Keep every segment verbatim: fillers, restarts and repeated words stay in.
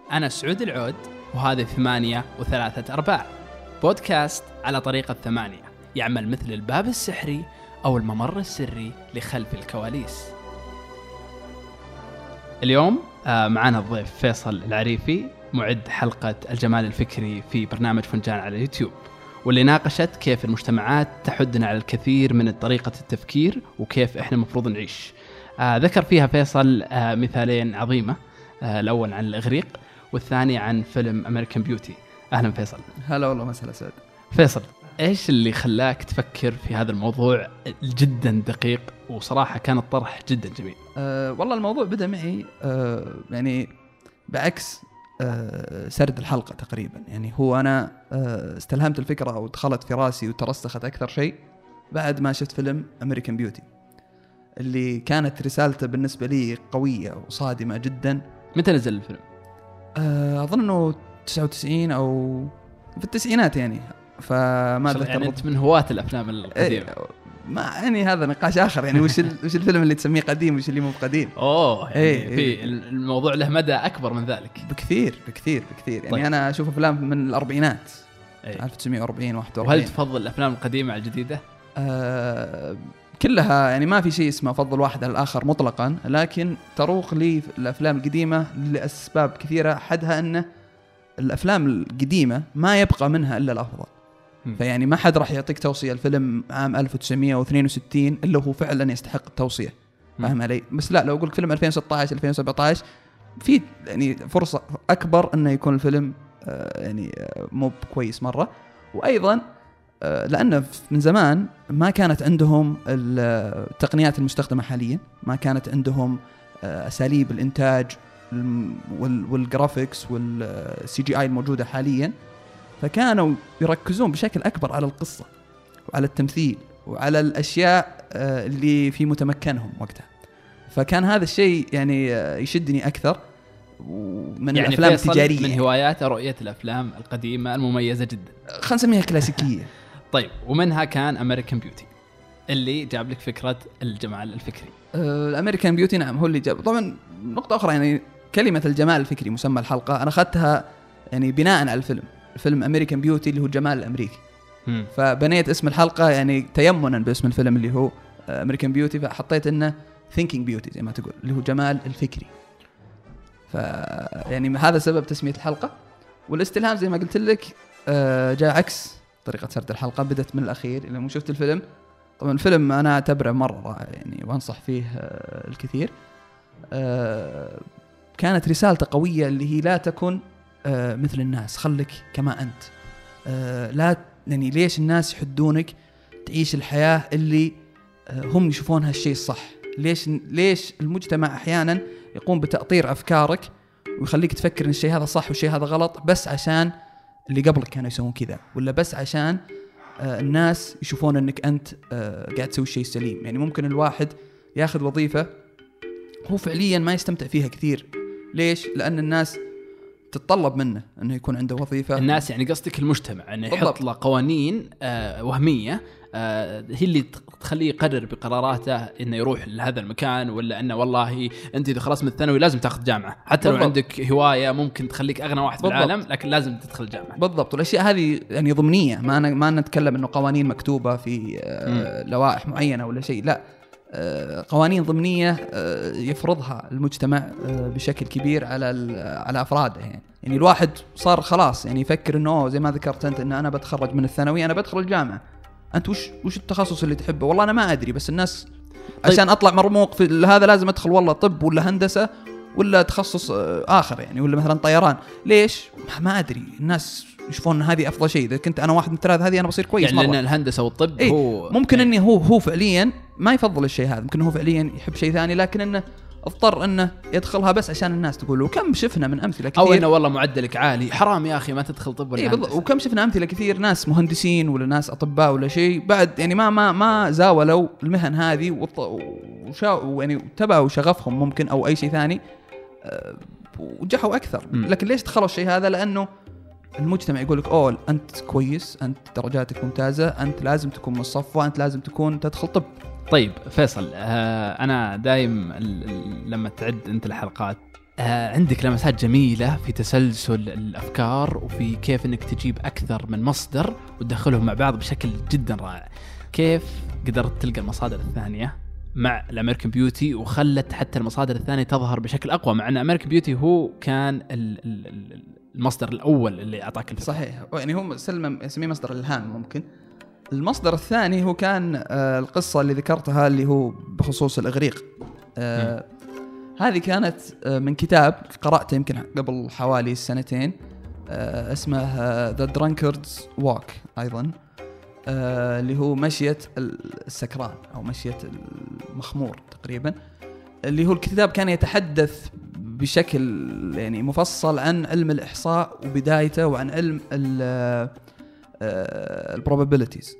أنا سعود العود، وهذه ثمانية وثلاثة أرباع، بودكاست على طريقة ثمانية، يعمل مثل الباب السحري أو الممر السري لخلف الكواليس. اليوم معنا الضيف فيصل العريفي، معد حلقة الجمال الفكري في برنامج فنجان على اليوتيوب، واللي ناقشت كيف المجتمعات تحدنا على الكثير من طريقة التفكير وكيف إحنا مفروض نعيش. آه ذكر فيها فيصل آه مثالين عظيمة، آه الأول عن الإغريق والثاني عن فيلم أمريكان بيوتي. أهلا فيصل. هلا والله، مساء سعد. فيصل، إيش اللي خلاك تفكر في هذا الموضوع جدا دقيق، وصراحة كان الطرح جدا جميل؟ أه والله الموضوع بدأ معي أه يعني بعكس أه سرد الحلقة تقريبا. يعني هو أنا أه استلهمت الفكرة أو دخلت في راسي وترسخت أكثر شيء بعد ما شفت فيلم أمريكان بيوتي، اللي كانت رسالته بالنسبة لي قوية وصادمة جدا. متى نزل الفيلم؟ أه أظن أنه تسعة وتسعين أو في التسعينات يعني، فما ذكرت. يعني أنت من هواة الأفلام القديمة؟ إيه، ما يعني هذا نقاش آخر. يعني وش وش الفيلم اللي تسميه قديم وش اللي مو قديم؟ أوه، يعني إيه في إيه. الموضوع له مدى أكبر من ذلك بكثير بكثير بكثير. يعني طيب. أنا أشوف أفلام من الأربعينات، إيه. ألف وتسعمائة وأربعين واحد وأربعين. وهل تفضل الأفلام القديمة على الجديدة؟ آه كلها، يعني ما في شيء اسمه أفضل واحد على الآخر مطلقا، لكن تروق لي الأفلام القديمة لأسباب كثيرة. حدها أن الأفلام القديمة ما يبقى منها إلا الأفضل. فيعني ما حد راح يعطيك توصية الفيلم عام ألف وتسعمائة واثنين وستين إلا هو فعلا يستحق التوصية، فاهم علي؟ بس لا، لو أقولك فيلم ألفين وستة عشر ألفين وسبعة عشر في يعني فرصة أكبر أنه يكون الفيلم آه يعني آه مو كويس مرة. وأيضا آه لأنه من زمان ما كانت عندهم التقنيات المستخدمة حاليا، ما كانت عندهم آه أساليب الإنتاج والجرافيكس والسي جي آي الموجودة حاليا، فكانوا يركزون بشكل أكبر على القصة وعلى التمثيل وعلى الأشياء اللي في متمكنهم وقتها. فكان هذا الشيء يعني يشدني أكثر من يعني الأفلام التجارية. من هوايات رؤية الأفلام القديمة المميزة جدا، خلينا نسميها كلاسيكية. طيب، ومنها كان أمريكان بيوتي اللي جاب لك فكرة الجمال الفكري. الأمريكان بيوتي نعم هو اللي جاب. طبعا نقطة أخرى، يعني كلمة الجمال الفكري مسمى الحلقة أنا أخذتها يعني بناء على الفيلم فيلم أمريكان بيوتي اللي هو الجمال الأمريكي. م. فبنيت اسم الحلقة يعني تيمنا باسم الفيلم اللي هو أمريكان بيوتي، فحطيت إنه Thinking Beauty زي ما تقول، اللي هو جمال الفكري. ف يعني هذا سبب تسمية الحلقة. والاستلهام زي ما قلت لك جاء عكس طريقة سرد الحلقة، بدأت من الأخير. إذا مو شفت الفيلم، طبعا الفيلم أنا أعتبره مرة رائع يعني، وأنصح فيه الكثير. كانت رسالته قوية، اللي هي لا تكن آه مثل الناس، خلك كما أنت. آه لا يعني ليش الناس يحدونك تعيش الحياة اللي آه هم يشوفونها الشيء الصح؟ ليش ليش المجتمع أحيانا يقوم بتأطير أفكارك ويخليك تفكر إن الشيء هذا صح والشيء هذا غلط، بس عشان اللي قبلك كانوا يسوون كذا، ولا بس عشان آه الناس يشوفون إنك أنت آه قاعد تسوي الشيء السليم. يعني ممكن الواحد ياخذ وظيفة هو فعليا ما يستمتع فيها كثير. ليش؟ لأن الناس تتطلب منه أنه يكون عنده وظيفة. الناس يعني قصدك المجتمع أنه يحط له قوانين آه وهمية آه هي اللي تخليه يقرر بقراراته أنه يروح لهذا المكان، ولا أنه والله أنت إذا خلصت من الثانوي لازم تأخذ جامعة، حتى بالضبط. لو عندك هواية ممكن تخليك أغنى واحد بالضبط. في العالم، لكن لازم تدخل جامعة. بالضبط. والأشياء هذه يعني ضمنية، ما أنا ما نتكلم أنه قوانين مكتوبة في آه لوائح معينة ولا شيء، لا، قوانين ضمنية يفرضها المجتمع بشكل كبير على على أفراده. يعني يعني الواحد صار خلاص يعني يفكر إنه زي ما ذكرت أنت، إن أنا بتخرج من الثانوي أنا بدخل الجامعة، أنت وش وش التخصص اللي تحبه؟ والله أنا ما أدري، بس الناس طيب. عشان أطلع مرموق في هذا لازم أدخل والله طب ولا هندسة ولا تخصص آخر يعني، ولا مثلا طيران. ليش؟ ما أدري. الناس يشوفون هذه أفضل شيء. إذا كنت أنا واحد من الثلاث هذه أنا بصير كويس يعني مرة. لأن الهندسة والطب إيه؟ هو ممكن إيه؟ إني هو هو فعليا ما يفضل الشيء هذا، ممكن هو فعليا يحب شيء ثاني، لكن إنه اضطر إنه يدخلها بس عشان الناس تقول. وكم شفنا من أمثلة كثير، أو إنه والله معدلك عالي حرام يا أخي ما تدخل طب ولا إيه هندسة. وكم شفنا أمثلة كثير ناس مهندسين ولا ناس أطباء ولا شيء بعد يعني ما ما ما زاولوا المهن هذه وشاو يعني تبعوا شغفهم ممكن أو أي شيء ثاني وجحوا أكثر. م. لكن ليش دخلوا الشيء هذا؟ لأنه المجتمع يقولك أوه أنت كويس، أنت درجاتك ممتازة، أنت لازم تكون من الصف، أنت لازم تكون تدخل طب. طيب فيصل، آه أنا دايم لما تعد أنت الحلقات آه عندك لمسات جميلة في تسلسل الأفكار وفي كيف أنك تجيب أكثر من مصدر وتدخلهم مع بعض بشكل جدا رائع. كيف قدرت تلقى المصادر الثانية مع الأمريكان بيوتي وخلت حتى المصادر الثانية تظهر بشكل أقوى، مع أن أمريكان بيوتي هو كان المصدر الأول اللي أعطاك الفكرة. صحيح، يعني هو سلم يسميه مصدر الهام. ممكن المصدر الثاني هو كان آه القصة اللي ذكرتها اللي هو بخصوص الإغريق. آه هذه كانت آه من كتاب قرأته يمكن قبل حوالي سنتين، آه اسمه آه The Drunkard's Walk أيضا، آه اللي هو مشية السكران أو مشية المخمور تقريبا. اللي هو الكتاب كان يتحدث بشكل يعني مفصل عن علم الإحصاء وبدايته، وعن علم البروبابيليتيز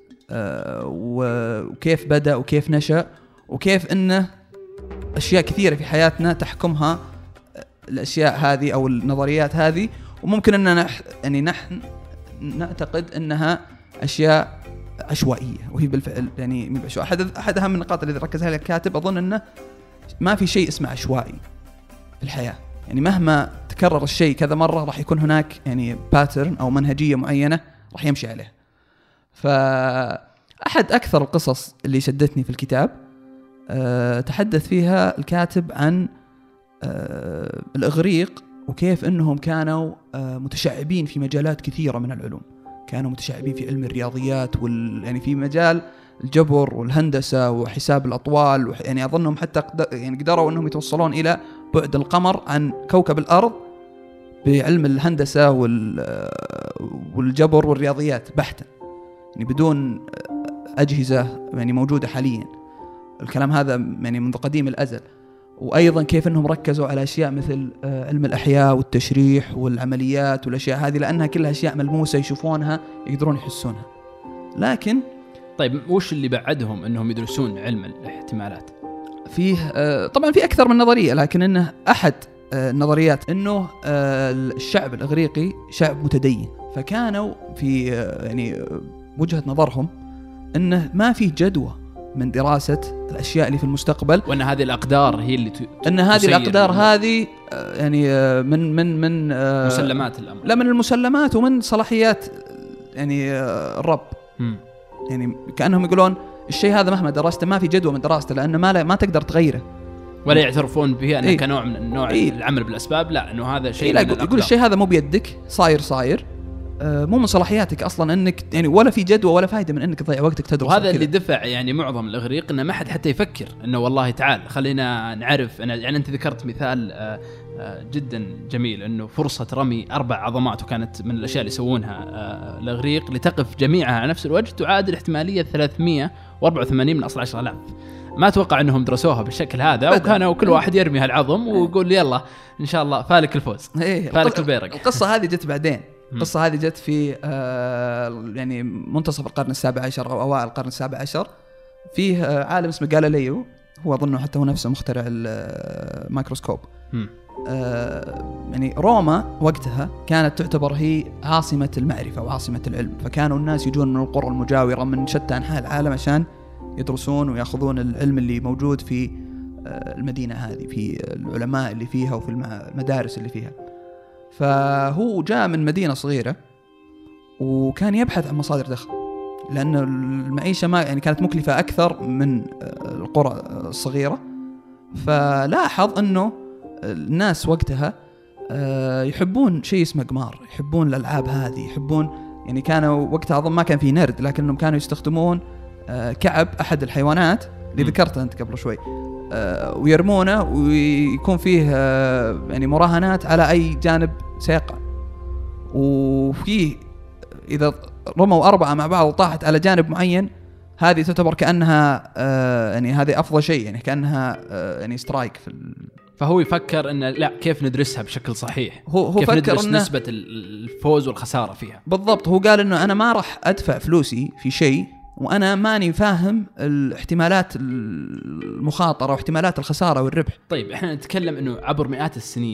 وكيف بدأ وكيف نشأ، وكيف إنه أشياء كثيرة في حياتنا تحكمها الأشياء هذه أو النظريات هذه، وممكن أننا يعني نحن نعتقد أنها أشياء عشوائية، وهي بالفعل يعني مو عشوائية. أحد أحد أهم النقاط اللي ركز عليها الكاتب أظن أنه ما في شيء اسمه عشوائي في الحياة. يعني مهما تكرر الشيء كذا مرة راح يكون هناك يعني باترن أو منهجية معينة راح يمشي عليها. فأحد أكثر القصص اللي شدتني في الكتاب أه تحدث فيها الكاتب عن أه الإغريق، وكيف أنهم كانوا أه متشعبين في مجالات كثيرة من العلوم. كانوا متشعبين في علم الرياضيات وال يعني في مجال الجبر والهندسة وحساب الأطوال، يعني أظنهم حتى يعني قدروا أنهم يتوصلون إلى بعد القمر عن كوكب الأرض بعلم الهندسة والجبر والرياضيات بحتا، يعني بدون أجهزة يعني موجودة حاليا. الكلام هذا يعني منذ قديم الأزل. وأيضا كيف أنهم ركزوا على أشياء مثل علم الأحياء والتشريح والعمليات والأشياء هذه، لأنها كلها أشياء ملموسة يشوفونها يقدرون يحسونها. لكن طيب وش اللي بعدهم أنهم يدرسون علم الاحتمالات؟ فيه طبعا في أكثر من نظرية، لكن إنه أحد النظريات إنه الشعب الإغريقي شعب متدين، فكانوا في يعني وجهة نظرهم إنه ما في جدوى من دراسة الأشياء اللي في المستقبل، وأن هذه الأقدار هي اللي ت... أن هذه الأقدار هذه يعني من من من مسلمات الأمر، لا من المسلمات ومن صلاحيات يعني الرب. م. يعني كأنهم يقولون الشيء هذا مهما درسته ما في جدوى من دراسته، لأنه ما ما تقدر تغيره، ولا يعترفون به أنه إيه؟ كنوع من النوع إيه؟ العمل بالأسباب، لا أنه هذا شيء إيه؟ يقول الشيء هذا مو بيدك، صاير صاير آه مو من صلاحياتك أصلا أنك يعني ولا في جدوى ولا فايدة من أنك تضيع وقتك تدرس. وهذا اللي دفع يعني معظم الإغريق إنه ما حد حتى يفكر إنه والله تعال خلينا نعرف. أنا يعني أنت ذكرت مثال آه آه جدا جميل، إنه فرصة رمي أربع عظمات وكانت من الأشياء اللي يسوونها آه الإغريق لتقف جميعها على نفس الوجه تعادل احتمالية ثلاثمية وأربعة وثمانين من أصل عشرة آلاف. ما أتوقع أنهم درسوها بالشكل هذا، وكانوا كل واحد يرمي هالعظم ويقول يلا إن شاء الله فالك الفوز، فالك البيرق. القصة هذه جت بعدين، القصة هذه جت في آه يعني منتصف القرن السابع عشر أو أوائل القرن السابع عشر. فيه آه عالم اسمه غاليليو، هو أظنه حتى هو نفسه مخترع الميكروسكوب. آه يعني روما وقتها كانت تعتبر هي عاصمة المعرفة وعاصمة العلم، فكانوا الناس يجون من القرى المجاورة من شتى أنحاء العالم عشان يدرسون ويأخذون العلم اللي موجود في آه المدينة هذه، في العلماء اللي فيها وفي المدارس اللي فيها. فهو جاء من مدينة صغيرة وكان يبحث عن مصادر دخل، لأن المعيشة ما يعني كانت مكلفة أكثر من القرى الصغيرة. فلاحظ أنه الناس وقتها يحبون شيء اسمه قمار، يحبون الألعاب هذه، يحبون يعني كانوا وقتها أظن ما كان في نرد، لكنهم كانوا يستخدمون كعب أحد الحيوانات اللي ذكرتها أنت قبل شوي ويرمونه، ويكون فيه يعني مراهنات على أي جانب سيقع. وفيه إذا رموا أربعة مع بعض وطاحت على جانب معين، هذه تعتبر كأنها يعني هذه أفضل شيء، يعني كأنها يعني سترايك في ال... فهو يفكر إن لا كيف ندرسها بشكل صحيح، هو هو كيف ندرس إنه نسبة الفوز والخسارة فيها بالضبط. هو قال إنه أنا ما راح أدفع فلوسي في شيء وأنا ماني فاهم الاحتمالات المخاطرة واحتمالات الخسارة والربح. طيب إحنا نتكلم إنه عبر مئات السنين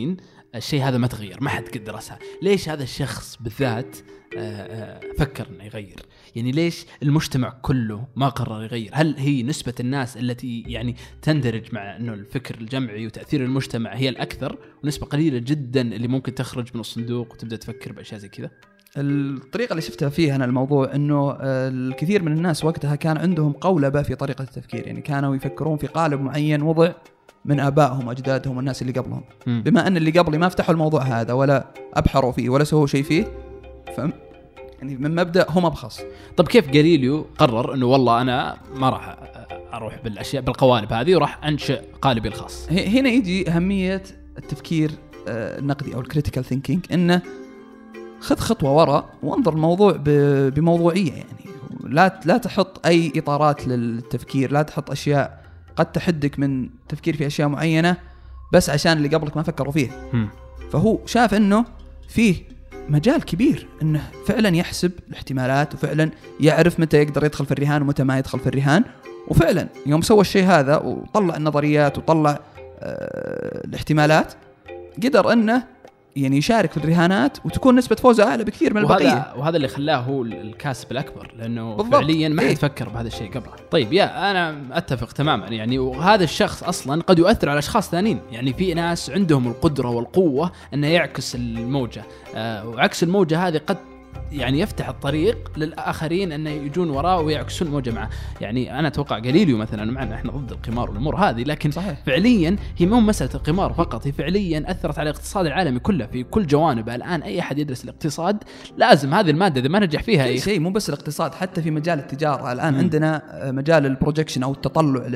الشيء هذا ما تغير، ما حد قد درسها، ليش هذا الشخص بالذات فكر انه يغير؟ يعني ليش المجتمع كله ما قرر يغير؟ هل هي نسبة الناس التي يعني تندرج مع انه الفكر الجمعي وتأثير المجتمع هي الأكثر، ونسبة قليلة جدا اللي ممكن تخرج من الصندوق وتبدأ تفكر بأشياء زي كذا؟ الطريقة اللي شفتها فيها أنا الموضوع أنه الكثير من الناس وقتها كان عندهم قولبة في طريقة التفكير، يعني كانوا يفكرون في قالب معين وضع من آبائهم وأجدادهم والناس اللي قبلهم. م. بما أن اللي قبلي ما فتحوا الموضوع هذا ولا أبحروا فيه ولا سووا شيء فيه، فهم يعني من مبدأ هم أبخص. طب كيف غاليليو قرر أنه والله أنا ما راح أروح بالأشياء بالقوالب هذه وراح أنشئ قالبي الخاص؟ هنا يجي أهمية التفكير النقدي أو الكريتيكال ثينكينج، إنه خذ خطوة وراء وانظر الموضوع بموضوعية، يعني لا لا تحط أي إطارات للتفكير، لا تحط أشياء قد تحدك من تفكير في أشياء معينة بس عشان اللي قبلك ما فكروا فيه. م. فهو شاف إنه فيه مجال كبير إنه فعلا يحسب الاحتمالات وفعلا يعرف متى يقدر يدخل في الرهان ومتى ما يدخل في الرهان، وفعلا يوم سوى الشيء هذا وطلع النظريات وطلع آه الاحتمالات قدر إنه يعني يشارك في الرهانات وتكون نسبة فوزه أعلى بكثير من وهذا البقية. وهذا اللي خلاه هو الكاسب الأكبر، لأنه بالضبط. فعليا ما إيه؟ حد فكر بهذا الشيء قبله. طيب يا أنا أتفق تماما يعني، وهذا الشخص أصلا قد يؤثر على أشخاص ثانيين، يعني في ناس عندهم القدرة والقوة أنه يعكس الموجة، آه وعكس الموجة هذه قد يعني يفتح الطريق للآخرين أن يجون وراء ويعكسون الموجة معه. يعني أنا أتوقع غاليليو مثلا، معنا إحنا ضد القمار والأمور هذه، لكن صحيح. فعليا هي مو مسألة القمار فقط، هي فعليا أثرت على الاقتصاد العالمي كله في كل جوانبه. الآن أي أحد يدرس الاقتصاد لازم هذه المادة، إذا ما نجح فيها أي شيء، مو بس الاقتصاد، حتى في مجال التجارة الآن م. عندنا مجال البروجكشن أو التطلع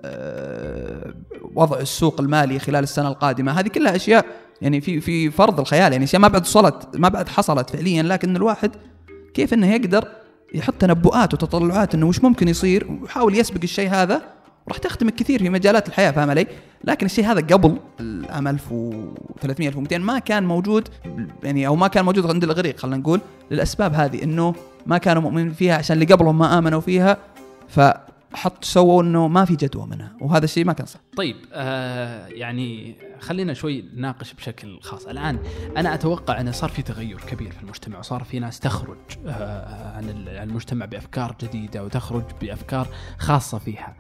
للوضع السوق المالي خلال السنة القادمة، هذه كلها أشياء يعني في في فرض الخيال، يعني أشياء ما بعد وصلت ما بعد حصلت فعليا، لكن الواحد كيف انه يقدر يحط تنبؤات وتطلعات انه وش ممكن يصير ويحاول يسبق الشيء هذا، وراح تخدم كثير في مجالات الحياة، فاهم علي؟ لكن الشيء هذا قبل العام ألف وثلاثمية ألف ومئتين ما كان موجود، يعني او ما كان موجود عند الإغريق، خلينا نقول للأسباب هذه، انه ما كانوا مؤمنين فيها عشان اللي قبلهم ما آمنوا فيها، فحط سووا انه ما في جدوى منها، وهذا الشيء ما كان صح. طيب آه يعني خلينا شوي نناقش بشكل خاص. الآن أنا أتوقع أن صار في تغير كبير في المجتمع، وصار في ناس تخرج آه عن المجتمع بأفكار جديدة وتخرج بأفكار خاصة فيها.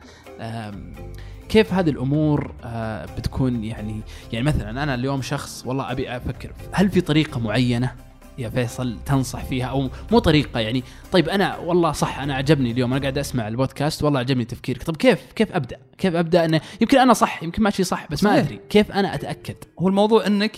كيف هذه الأمور آه بتكون؟ يعني يعني مثلا أنا اليوم شخص والله أبي أفكر، هل في طريقة معينة يا فيصل تنصح فيها، أو مو طريقة يعني؟ طيب أنا والله صح أنا عجبني اليوم أنا قاعد أسمع البودكاست والله عجبني تفكيرك، طب كيف كيف أبدأ كيف أبدأ أنه يمكن أنا صح يمكن ماشي صح بس ما أدري كيف أنا أتأكد؟ هو الموضوع أنك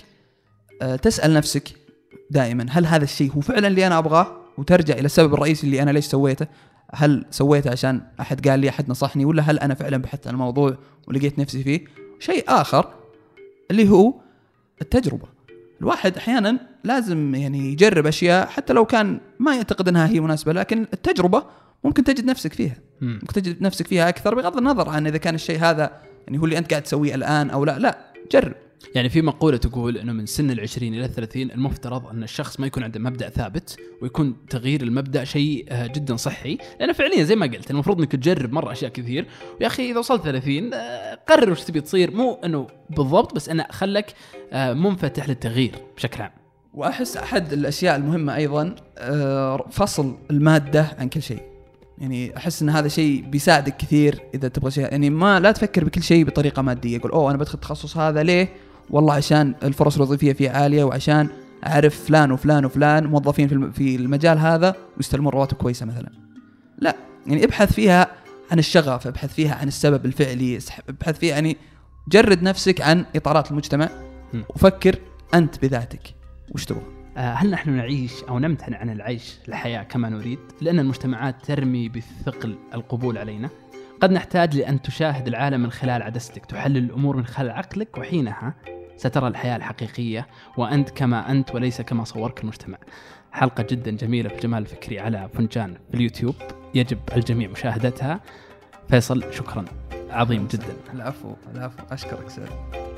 تسأل نفسك دائما هل هذا الشيء هو فعلا اللي أنا أبغاه، وترجع إلى السبب الرئيسي اللي أنا ليش سويته. هل سويته عشان أحد قال لي أحد نصحني، ولا هل أنا فعلا بحثت عن الموضوع ولقيت نفسي فيه؟ شيء آخر اللي هو التجربة. الواحد أحيانا لازم يعني يجرب أشياء حتى لو كان ما يعتقد أنها هي مناسبة، لكن التجربة ممكن تجد نفسك فيها، ممكن تجد نفسك فيها أكثر بغض النظر عن إذا كان الشيء هذا يعني هو اللي أنت قاعد تسويه الآن أو لا. لا جرب. يعني في مقولة تقول أنه من سن العشرين إلى الثلاثين المفترض أن الشخص ما يكون عنده مبدأ ثابت، ويكون تغيير المبدأ شيء جدا صحي، لأنه فعليا زي ما قلت المفروض أنك تجرب مرة أشياء كثير. ويا أخي إذا وصلت ثلاثين قرر وش تبي تصير، مو أنه بالضبط بس أنا خلك منفتح للتغيير بشكل عام. وأحس أحد الأشياء المهمة أيضا فصل المادة عن كل شيء. يعني أحس أن هذا شيء بيساعدك كثير إذا تبغى شيء، يعني ما لا تفكر بكل شيء بطريقة مادية. يقول أوه أنا بدخل التخصص هذا ليه؟ والله عشان الفرص الوظيفية فيه عالية، وعشان أعرف فلان وفلان وفلان موظفين في المجال هذا ويستلمون رواتب كويسة مثلا. لا، يعني ابحث فيها عن الشغف، ابحث فيها عن السبب الفعلي، ابحث فيها يعني جرد نفسك عن إطارات المجتمع وفكر أنت بذاتك وش تبغى. هل نحن نعيش أو نمتنع عن العيش الحياة كما نريد لأن المجتمعات ترمي بالثقل القبول علينا؟ قد نحتاج لأن تشاهد العالم من خلال عدستك، تحلل الأمور من خلال عقلك، وحينها سترى الحياة الحقيقية وأنت كما أنت وليس كما صورك المجتمع. حلقة جدا جميلة في الجمال الفكري على فنجان في اليوتيوب، يجب الجميع مشاهدتها. فيصل شكرا عظيم جدا. العفو العفو، أشكرك سيد.